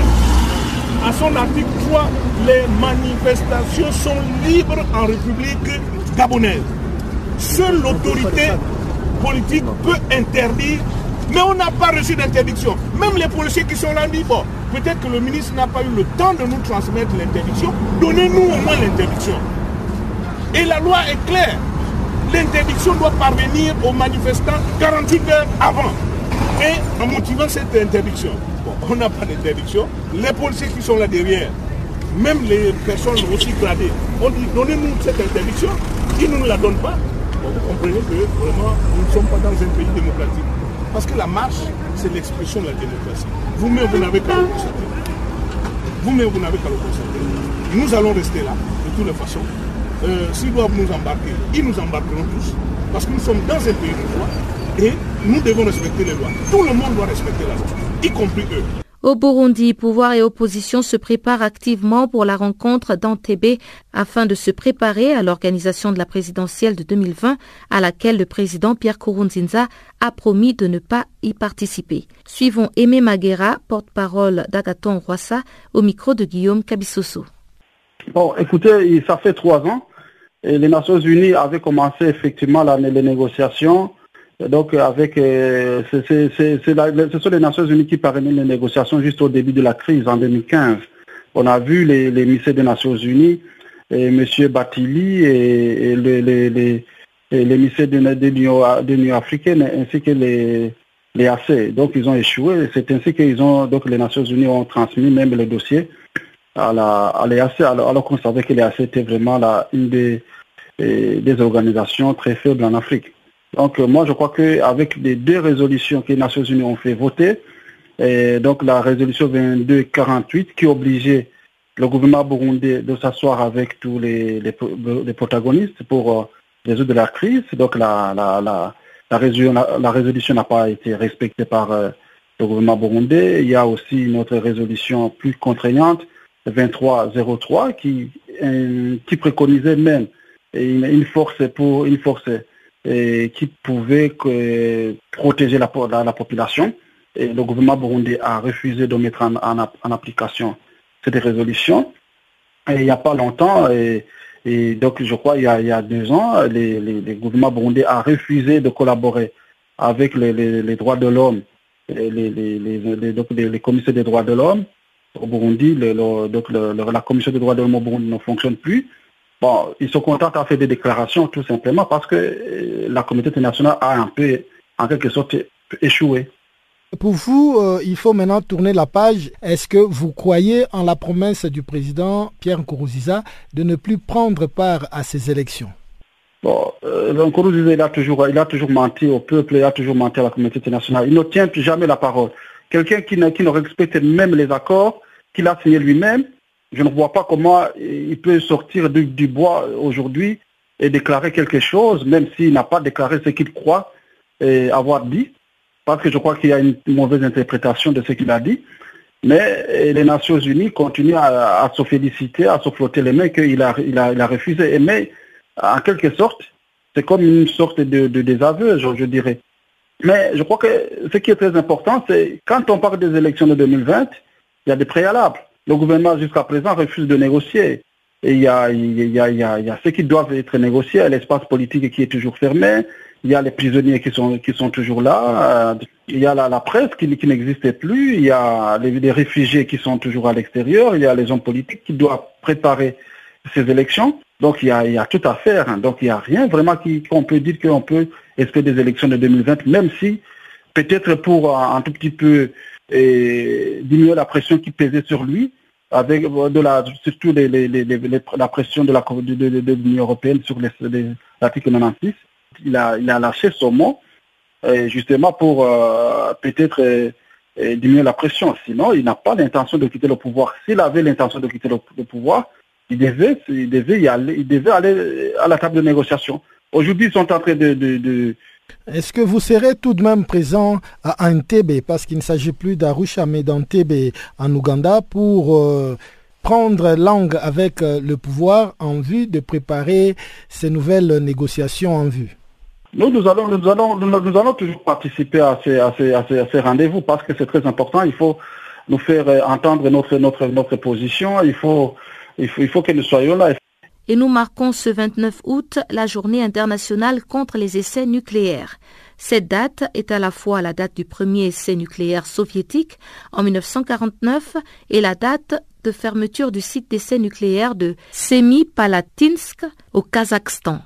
À son article trois, les manifestations sont libres en République gabonaise. Seule l'autorité politique peut interdire, mais on n'a pas reçu d'interdiction. Même les policiers qui sont là disent, bon, peut-être que le ministre n'a pas eu le temps de nous transmettre l'interdiction. Donnez-nous au moins l'interdiction. Et la loi est claire. L'interdiction doit parvenir aux manifestants quarante-huit heures avant. Et en motivant cette interdiction, bon, on n'a pas d'interdiction. Les policiers qui sont là derrière, même les personnes aussi gradées, on dit donnez-nous cette interdiction. Ils ne nous la donnent pas. Bon, vous comprenez que vraiment nous ne sommes pas dans un pays démocratique. Parce que la marche, c'est l'expression de la démocratie. Vous-même, vous n'avez qu'à le constater. Vous-même, vous n'avez qu'à le constater. Nous allons rester là, de toutes les façons. Euh, S'ils doivent nous embarquer, ils nous embarqueront tous. Parce que nous sommes dans un pays de droit et nous devons respecter les lois. Tout le monde doit respecter la loi, y compris eux. Au Burundi, pouvoir et opposition se préparent activement pour la rencontre d'Entebbe afin de se préparer à l'organisation de la présidentielle de deux mille vingt à laquelle le président Pierre Nkurunziza a promis de ne pas y participer. Suivons Aimé Maguera, porte-parole d'Agathon Rwasa, au micro de Guillaume Kabissoso. Bon, écoutez, ça fait trois ans et les Nations Unies avaient commencé effectivement la, les négociations. Donc, avec, euh, c'est, c'est, c'est, c'est la, ce sont les Nations Unies qui parrainaient les négociations juste au début de la crise en deux mille quinze. On a vu les, les émissaires des Nations Unies, et M. Batili et, et les, les, les, l'émissaire de, de, l'Union, de l'Union africaine ainsi que les, les A C. Donc, ils ont échoué. C'est ainsi qu'ils ont, donc les Nations Unies ont transmis même le dossier à la, à l'E A C, alors, alors qu'on savait que l'E A C était vraiment la, une des, des organisations très faibles en Afrique. Donc moi je crois qu'avec les deux résolutions que les Nations Unies ont fait voter, et donc la résolution vingt-deux quarante-huit qui obligeait le gouvernement burundais de s'asseoir avec tous les, les, les protagonistes pour euh, résoudre la crise, donc la, la, la, la, résolution, la, la résolution n'a pas été respectée par euh, le gouvernement burundais. Il y a aussi une autre résolution plus contraignante, vingt-trois zéro trois, qui, euh, qui préconisait même une, une force pour une force et qui pouvait que, protéger la, la, la population. Et le gouvernement burundais a refusé de mettre en, en, en application cette résolution. Et il n'y a pas longtemps, et, et donc je crois il y a, il y a deux ans, les, les, les gouvernements burundais a refusé de collaborer avec les, les, les droits de l'homme, les, les, les, les, donc les, les commissaires des droits de l'homme au Burundi. Le, le, donc le, le, la commission des droits de l'homme au Burundi ne fonctionne plus. Bon, ils se contentent à faire des déclarations tout simplement parce que la communauté internationale a un peu, en quelque sorte, échoué. Pour vous, euh, il faut maintenant tourner la page. Est-ce que vous croyez en la promesse du président Pierre Nkurunziza de ne plus prendre part à ces élections? Bon, euh, Nkurunziza, il a toujours, il a toujours menti au peuple, il a toujours menti à la communauté internationale. Il ne tient jamais la parole. Quelqu'un qui ne, qui ne respecte même les accords qu'il a signés lui-même, je ne vois pas comment il peut sortir du, du bois aujourd'hui et déclarer quelque chose, même s'il n'a pas déclaré ce qu'il croit et avoir dit, parce que je crois qu'il y a une mauvaise interprétation de ce qu'il a dit. Mais les Nations Unies continuent à, à se féliciter, à se flotter les mains qu'il a, il a, il a refusé. Et mais en quelque sorte, c'est comme une sorte de, de désaveu, je, je dirais. Mais je crois que ce qui est très important, c'est quand on parle des élections de deux mille vingt, il y a des préalables. Le gouvernement, jusqu'à présent, refuse de négocier. Et il y a, il y a, il y a, il y a ceux qui doivent être négociés, l'espace politique qui est toujours fermé, il y a les prisonniers qui sont, qui sont toujours là, il y a la, la presse qui, qui n'existe plus, il y a les, les réfugiés qui sont toujours à l'extérieur, il y a les hommes politiques qui doivent préparer ces élections. Donc il y a, il y a tout à faire. Hein. Donc il n'y a rien vraiment qui, qu'on peut dire qu'on peut espérer des élections de deux mille vingt, même si peut-être pour un, un tout petit peu et diminuer la pression qui pesait sur lui, avec de la, surtout les, les, les, les, la pression de, la, de, de, de l'Union européenne sur les, les, l'article quatre-vingt-six. Il a, il a lâché son mot euh, justement pour euh, peut-être euh, diminuer la pression. Sinon, il n'a pas l'intention de quitter le pouvoir. S'il avait l'intention de quitter le, le pouvoir, il devait, il, devait y aller, il devait aller à la table de négociation. Aujourd'hui, ils sont en train de... de, de Est-ce que vous serez tout de même présent à Entebbe, parce qu'il ne s'agit plus d'Arusha, mais d'Entebbe en Ouganda, pour euh, prendre langue avec euh, le pouvoir en vue de préparer ces nouvelles négociations en vue? Nous, nous allons, nous allons, nous, nous allons toujours participer à ces, à ces, à ces, à ces rendez-vous parce que c'est très important. Il faut nous faire entendre notre, notre, notre position. Il faut, il faut, il faut que nous soyons là. Et nous marquons ce vingt-neuf août la journée internationale contre les essais nucléaires. Cette date est à la fois la date du premier essai nucléaire soviétique en mille neuf cent quarante-neuf et la date de fermeture du site d'essai nucléaire de Semipalatinsk au Kazakhstan.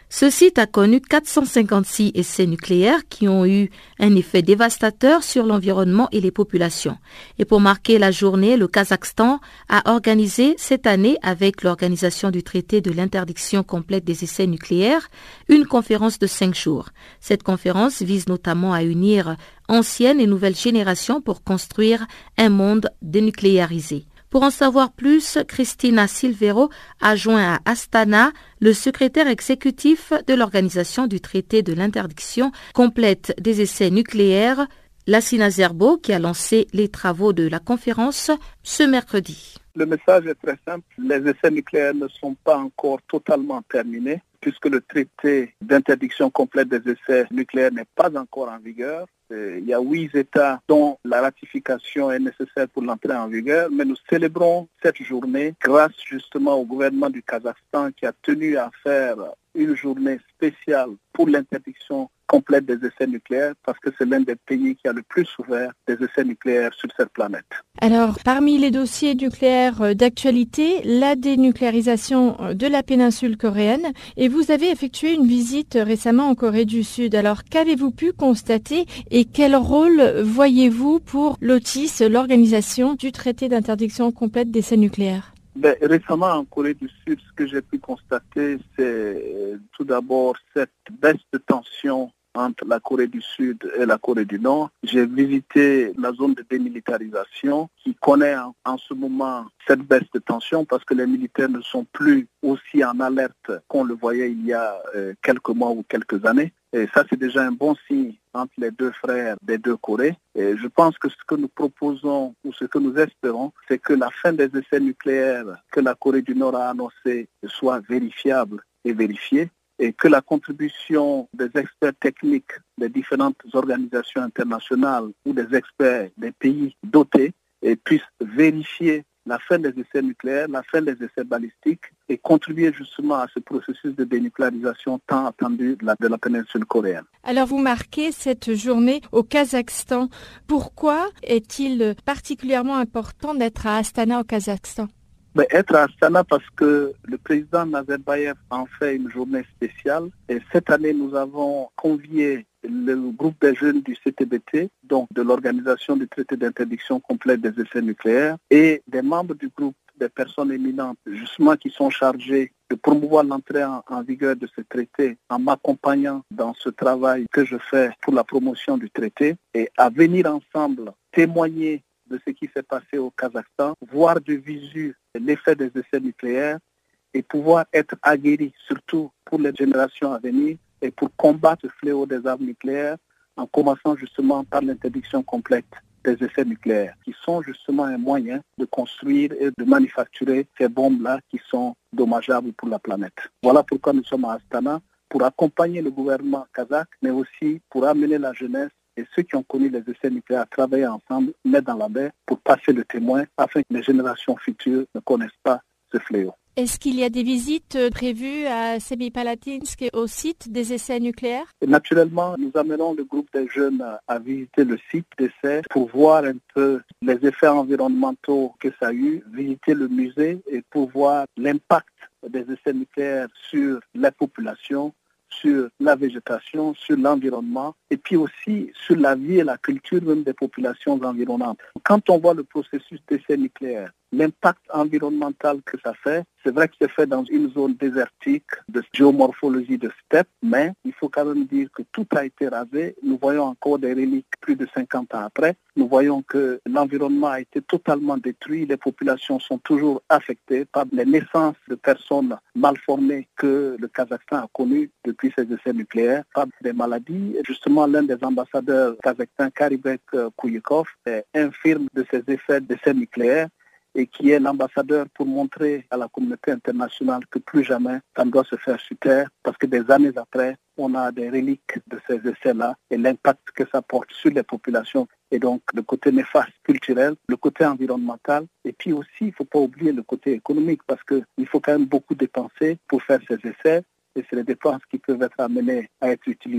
Ce site a connu quatre cent cinquante-six essais nucléaires qui ont eu un effet dévastateur sur l'environnement et les populations. Et pour marquer la journée, le Kazakhstan a organisé cette année, avec l'organisation du traité de l'interdiction complète des essais nucléaires, une conférence de cinq jours. Cette conférence vise notamment à unir ancienne et nouvelle génération pour construire un monde dénucléarisé. Pour en savoir plus, Christina Silvero a joint à Astana le secrétaire exécutif de l'organisation du traité de l'interdiction complète des essais nucléaires, Lassina Zerbo, qui a lancé les travaux de la conférence ce mercredi. Le message est très simple. Les essais nucléaires ne sont pas encore totalement terminés, puisque le traité d'interdiction complète des essais nucléaires n'est pas encore en vigueur. Il y a huit États dont la ratification est nécessaire pour l'entrée en vigueur, mais nous célébrons cette journée grâce justement au gouvernement du Kazakhstan qui a tenu à faire une journée spéciale pour l'interdiction complète des essais nucléaires parce que c'est l'un des pays qui a le plus souffert des essais nucléaires sur cette planète. Alors, parmi les dossiers nucléaires d'actualité, la dénucléarisation de la péninsule coréenne, et vous avez effectué une visite récemment en Corée du Sud. Alors, qu'avez-vous pu constater et quel rôle voyez-vous pour l'O T I S, l'organisation du traité d'interdiction complète d'essais nucléaires ? Ben, récemment, en Corée du Sud, ce que j'ai pu constater, c'est euh, tout d'abord cette baisse de tension entre la Corée du Sud et la Corée du Nord. J'ai visité la zone de démilitarisation qui connaît en, en ce moment cette baisse de tension parce que les militaires ne sont plus aussi en alerte qu'on le voyait il y a euh, quelques mois ou quelques années. Et ça, c'est déjà un bon signe entre les deux frères des deux Corées. Et je pense que ce que nous proposons ou ce que nous espérons, c'est que la fin des essais nucléaires que la Corée du Nord a annoncé soit vérifiable et vérifiée et que la contribution des experts techniques des différentes organisations internationales ou des experts des pays dotés et puisse vérifier la fin des essais nucléaires, la fin des essais balistiques et contribuer justement à ce processus de dénucléarisation tant attendu de la, de la péninsule coréenne. Alors vous marquez cette journée au Kazakhstan. Pourquoi est-il particulièrement important d'être à Astana au Kazakhstan ? Ben, être à Astana parce que le président Nazarbayev en fait une journée spéciale et cette année nous avons convié le groupe des jeunes du C T B T, donc de l'organisation du traité d'interdiction complète des essais nucléaires et des membres du groupe des personnes éminentes justement qui sont chargées de promouvoir l'entrée en, en vigueur de ce traité en m'accompagnant dans ce travail que je fais pour la promotion du traité et à venir ensemble témoigner de ce qui s'est passé au Kazakhstan, voir de visu l'effet des essais nucléaires et pouvoir être aguerris, surtout pour les générations à venir, et pour combattre le fléau des armes nucléaires, en commençant justement par l'interdiction complète des essais nucléaires, qui sont justement un moyen de construire et de manufacturer ces bombes-là qui sont dommageables pour la planète. Voilà pourquoi nous sommes à Astana, pour accompagner le gouvernement kazakh, mais aussi pour amener la jeunesse et ceux qui ont connu les essais nucléaires à travailler ensemble, mettre dans la baie pour passer le témoin afin que les générations futures ne connaissent pas ce fléau. Est-ce qu'il y a des visites prévues à Semipalatinsk et au site des essais nucléaires ? Et naturellement, nous amènerons le groupe des jeunes à visiter le site d'essais pour voir un peu les effets environnementaux que ça a eu, visiter le musée et pour voir l'impact des essais nucléaires sur la population, sur la végétation, sur l'environnement et puis aussi sur la vie et la culture même des populations environnantes. Quand on voit le processus d'essai nucléaire, l'impact environnemental que ça fait, c'est vrai que c'est fait dans une zone désertique de géomorphologie de steppe, mais il faut quand même dire que tout a été rasé. Nous voyons encore des reliques plus de cinquante ans après. Nous voyons que l'environnement a été totalement détruit. Les populations sont toujours affectées par les naissances de personnes mal formées que le Kazakhstan a connues depuis ses essais nucléaires, par des maladies. Justement, l'un des ambassadeurs kazakhstans, Karibek Kouyekov, est infirme de ces effets d'essais nucléaires et qui est l'ambassadeur pour montrer à la communauté internationale que plus jamais ça ne doit se faire sur Terre, parce que des années après, on a des reliques de ces essais-là et l'impact que ça porte sur les populations. Et donc, le côté néfaste culturel, le côté environnemental, et puis aussi, il ne faut pas oublier le côté économique, parce qu'il faut quand même beaucoup dépenser pour faire ces essais, et c'est les dépenses qui peuvent être amenées à être utilisées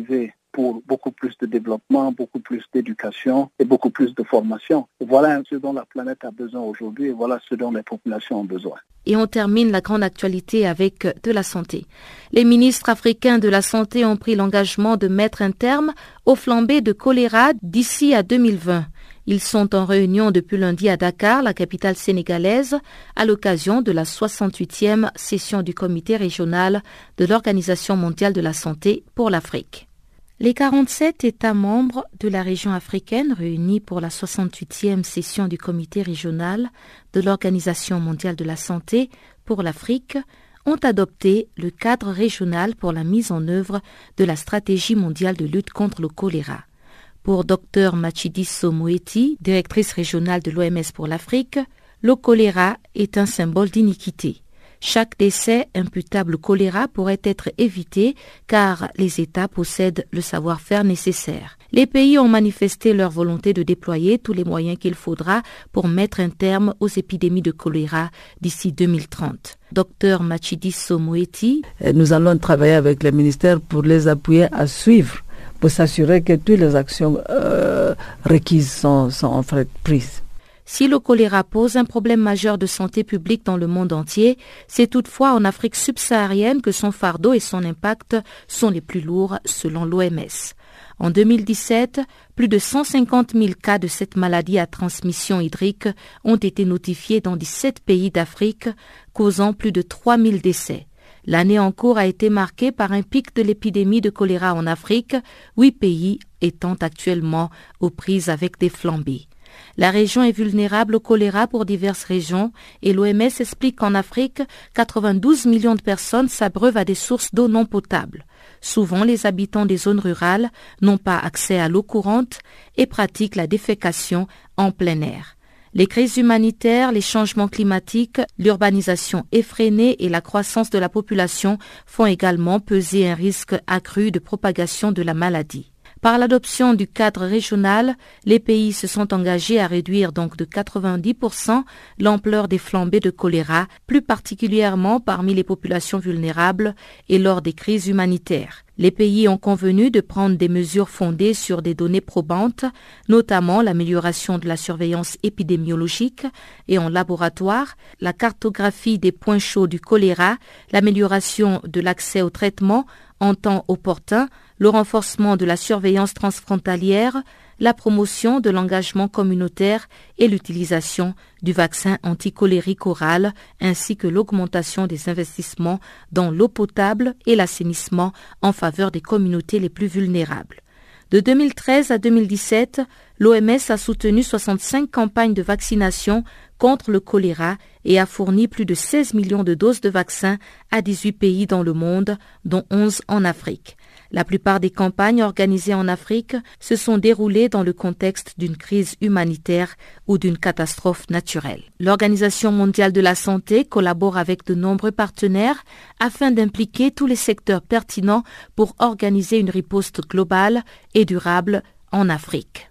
pour beaucoup plus de développement, beaucoup plus d'éducation et beaucoup plus de formation. Et voilà ce dont la planète a besoin aujourd'hui et voilà ce dont les populations ont besoin. Et on termine la grande actualité avec de la santé. Les ministres africains de la Santé ont pris l'engagement de mettre un terme aux flambées de choléra d'ici à deux mille vingt. Ils sont en réunion depuis lundi à Dakar, la capitale sénégalaise, à l'occasion de la soixante-huitième session du comité régional de l'Organisation mondiale de la santé pour l'Afrique. Les quarante-sept États membres de la région africaine réunis pour la soixante-huitième session du comité régional de l'Organisation mondiale de la santé pour l'Afrique ont adopté le cadre régional pour la mise en œuvre de la stratégie mondiale de lutte contre le choléra. Pour Dr Matshidiso Moeti, directrice régionale de l'O M S pour l'Afrique, le choléra est un symbole d'iniquité. Chaque décès imputable au choléra pourrait être évité car les États possèdent le savoir-faire nécessaire. Les pays ont manifesté leur volonté de déployer tous les moyens qu'il faudra pour mettre un terme aux épidémies de choléra d'ici deux mille trente. Dr Matshidiso Moeti. Nous allons travailler avec les ministères pour les appuyer à suivre, pour s'assurer que toutes les actions euh, requises sont, sont en fait prises. Si le choléra pose un problème majeur de santé publique dans le monde entier, c'est toutefois en Afrique subsaharienne que son fardeau et son impact sont les plus lourds selon l'O M S. En deux mille dix-sept, plus de cent cinquante mille cas de cette maladie à transmission hydrique ont été notifiés dans dix-sept pays d'Afrique, causant plus de trois mille décès. L'année en cours a été marquée par un pic de l'épidémie de choléra en Afrique, huit pays étant actuellement aux prises avec des flambées. La région est vulnérable au choléra pour diverses raisons et l'O M S explique qu'en Afrique, quatre-vingt-douze millions de personnes s'abreuvent à des sources d'eau non potable. Souvent, les habitants des zones rurales n'ont pas accès à l'eau courante et pratiquent la défécation en plein air. Les crises humanitaires, les changements climatiques, l'urbanisation effrénée et la croissance de la population font également peser un risque accru de propagation de la maladie. Par l'adoption du cadre régional, les pays se sont engagés à réduire donc de quatre-vingt-dix pour cent l'ampleur des flambées de choléra, plus particulièrement parmi les populations vulnérables et lors des crises humanitaires. Les pays ont convenu de prendre des mesures fondées sur des données probantes, notamment l'amélioration de la surveillance épidémiologique et en laboratoire, la cartographie des points chauds du choléra, l'amélioration de l'accès au traitement en temps opportun, le renforcement de la surveillance transfrontalière, la promotion de l'engagement communautaire et l'utilisation du vaccin anticolérique oral, ainsi que l'augmentation des investissements dans l'eau potable et l'assainissement en faveur des communautés les plus vulnérables. De deux mille treize à deux mille dix-sept, l'O M S a soutenu soixante-cinq campagnes de vaccination contre le choléra et a fourni plus de seize millions de doses de vaccins à dix-huit pays dans le monde, dont onze en Afrique. La plupart des campagnes organisées en Afrique se sont déroulées dans le contexte d'une crise humanitaire ou d'une catastrophe naturelle. L'Organisation mondiale de la santé collabore avec de nombreux partenaires afin d'impliquer tous les secteurs pertinents pour organiser une riposte globale et durable en Afrique.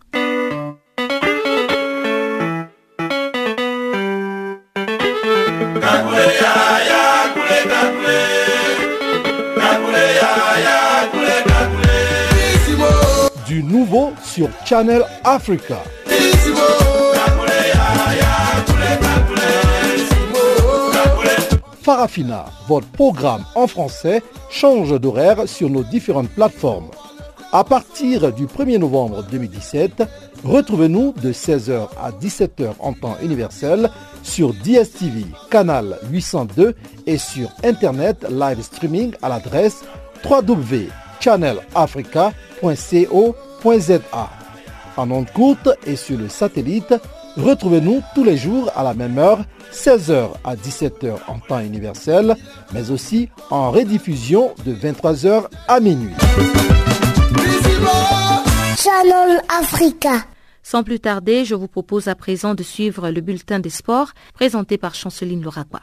Du nouveau sur Channel Africa. Farafina, votre programme en français, change d'horaire sur nos différentes plateformes. À partir du premier novembre deux mille dix-sept, retrouvez-nous de seize heures à dix-sept heures en temps universel sur D S T V, canal huit cent deux et sur Internet live streaming à l'adresse w w w point channel africa point co point z a. En ondes courtes et sur le satellite, retrouvez-nous tous les jours à la même heure, seize heures à dix-sept heures en temps universel, mais aussi en rediffusion de vingt-trois heures à minuit. Channel Africa. Sans plus tarder, je vous propose à présent de suivre le bulletin des sports présenté par Chanceline Louraquois.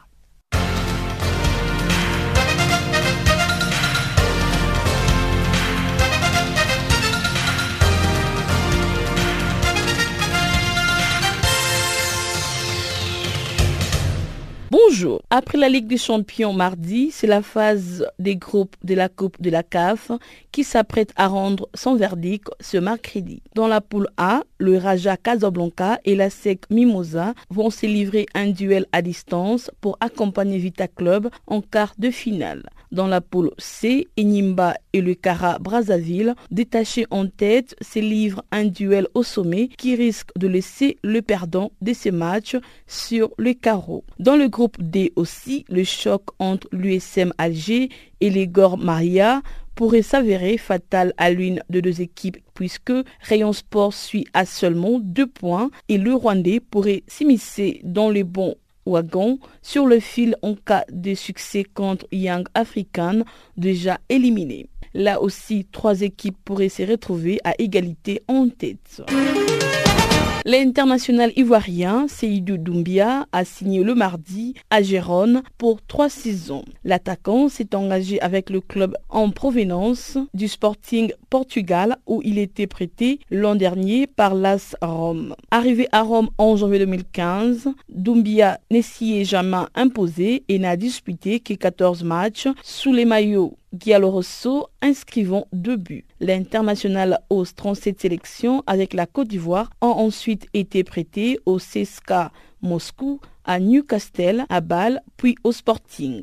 Bonjour. Après la Ligue des Champions mardi, c'est la phase des groupes de la Coupe de la C A F qui s'apprête à rendre son verdict ce mercredi. Dans la poule A, le Raja Casablanca et la S E C Mimosa vont se livrer un duel à distance pour accompagner Vita Club en quart de finale. Dans la poule C, Enyimba et le Kara Brazzaville, détachés en tête, se livrent un duel au sommet qui risque de laisser le perdant de ces matchs sur le carreau. Dans le groupe D aussi, le choc entre l'U S M Alger et les Gor Mahia pourrait s'avérer fatal à l'une de deux équipes puisque Rayon Sport suit à seulement deux points et le Rwandais pourrait s'immiscer dans les bons wagons sur le fil en cas de succès contre Young African déjà éliminé. Là aussi, trois équipes pourraient se retrouver à égalité en tête. L'international ivoirien Seydou Doumbia a signé le mardi à Gérone pour trois saisons. L'attaquant s'est engagé avec le club en provenance du Sporting Portugal où il était prêté l'an dernier par l'A S Rome. Arrivé à Rome en janvier deux mille quinze, Doumbia ne s'y est jamais imposé et n'a disputé que quatorze matchs sous les maillots Giallo Rosso, inscrivant deux buts. L'international aux trente-sept sélections avec la Côte d'Ivoire a ensuite été prêté au C S K A Moscou, à Newcastle, à Bâle, puis au Sporting.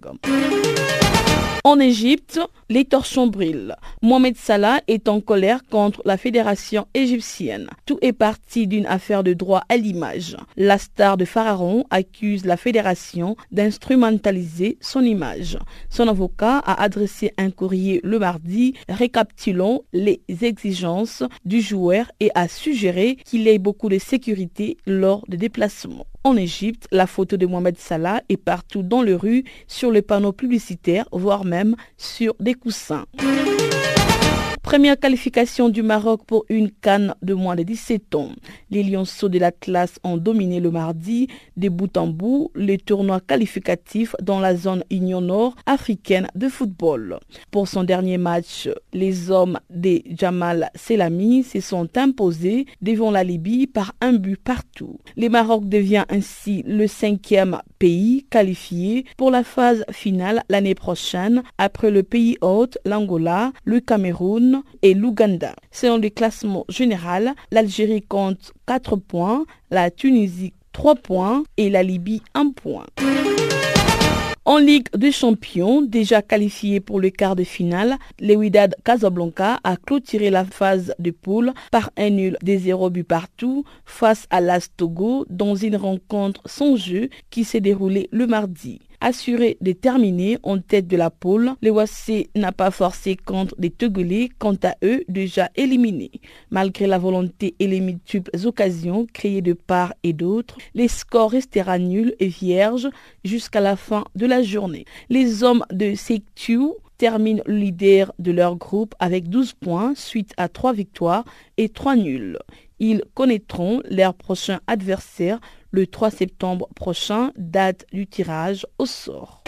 En Égypte, les torchons brillent. Mohamed Salah est en colère contre la fédération égyptienne. Tout est parti d'une affaire de droit à l'image. La star de Pharaon accuse la fédération d'instrumentaliser son image. Son avocat a adressé un courrier le mardi récapitulant les exigences du joueur et a suggéré qu'il ait beaucoup de sécurité lors des déplacements. En Égypte, la photo de Mohamed Salah est partout dans les rues, sur les panneaux publicitaires, voire même sur des coussins. Première qualification du Maroc pour une CAN de moins de dix-sept ans. Les lionceaux de l'Atlas ont dominé le mardi de bout en bout les tournois qualificatifs dans la zone Union Nord africaine de football. Pour son dernier match, les hommes de Jamal Selami se sont imposés devant la Libye par un but partout. Le Maroc devient ainsi le cinquième pays qualifié pour la phase finale l'année prochaine après le pays hôte, l'Angola, le Cameroun et l'Ouganda. Selon le classement général, l'Algérie compte quatre points, la Tunisie trois points et la Libye un point. En Ligue des Champions, déjà qualifié pour le quart de finale, le Wydad Casablanca a clôturé la phase de poule par un nul des zéro but partout face à l'A S Togo dans une rencontre sans jeu qui s'est déroulée le mardi. Assuré de terminer en tête de la poule, le W A C n'a pas forcé contre les Togolais, quant à eux déjà éliminés. Malgré la volonté et les multiples occasions créées de part et d'autre, les scores restera nuls et vierges jusqu'à la fin de la journée. Les hommes de Sektiu terminent leader de leur groupe avec douze points suite à trois victoires et trois nuls. Ils connaîtront leur prochain adversaire le trois septembre prochain, date du tirage au sort.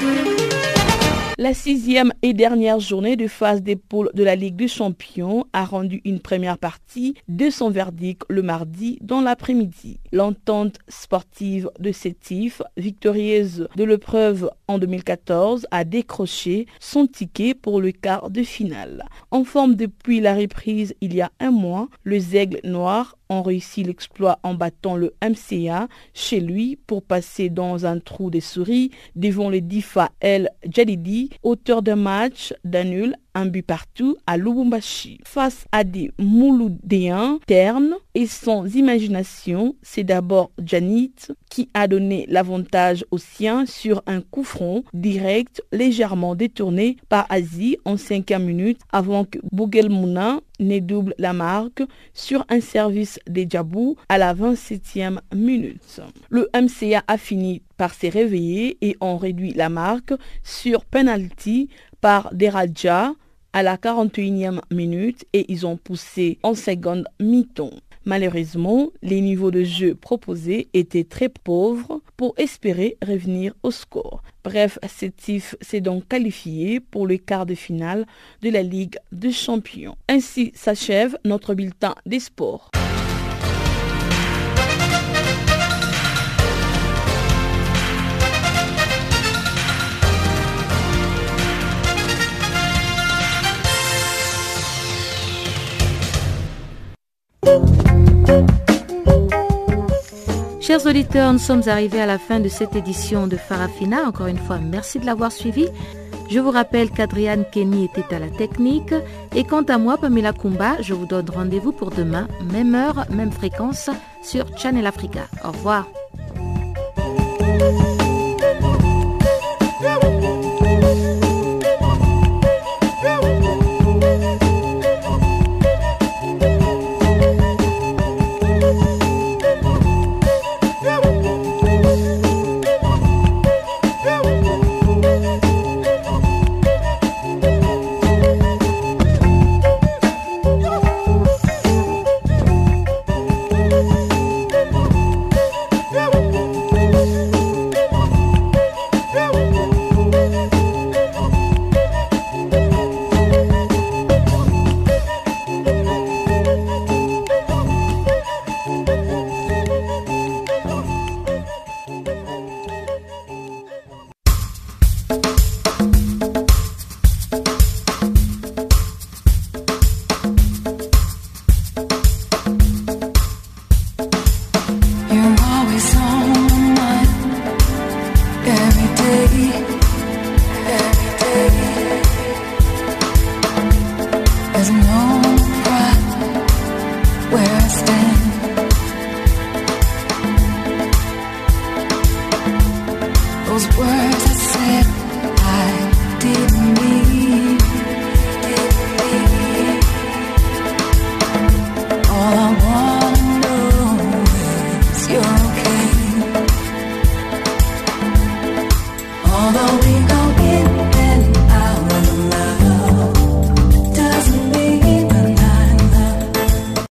La sixième et dernière journée de phase des poules de la Ligue des Champions a rendu une première partie de son verdict le mardi dans l'après-midi. L'entente sportive de Sétif, victorieuse de l'épreuve en deux mille quatorze, a décroché son ticket pour le quart de finale. En forme depuis la reprise il y a un mois, les Aigles Noirs ont réussi l'exploit en battant le M C A chez lui pour passer dans un trou des souris devant le Difa El Jadidi, auteur d'un match d'un nul, un but partout à Lubumbashi. Face à des Mouloudéens ternes et sans imagination, c'est d'abord Janit qui a donné l'avantage aux siens sur un coup franc direct légèrement détourné par Aziz en cinquième minute avant que Bougelmouna ne double la marque sur un service de Djabou à la vingt-septième minute. Le M C A a fini par se réveiller et ont réduit la marque sur penalty par Deradja à la quarante et unième minute et ils ont poussé en seconde mi-temps. Malheureusement, les niveaux de jeu proposés étaient très pauvres pour espérer revenir au score. Bref, Sétif s'est donc qualifié pour le quart de finale de la Ligue des Champions. Ainsi s'achève notre bulletin des sports. Chers auditeurs, nous sommes arrivés à la fin de cette édition de Farafina. Encore une fois, merci de l'avoir suivi. Je vous rappelle qu'Adriane Kenny était à la technique. Et quant à moi, Pamela Kumba, je vous donne rendez-vous pour demain, même heure, même fréquence, sur Channel Africa. Au revoir.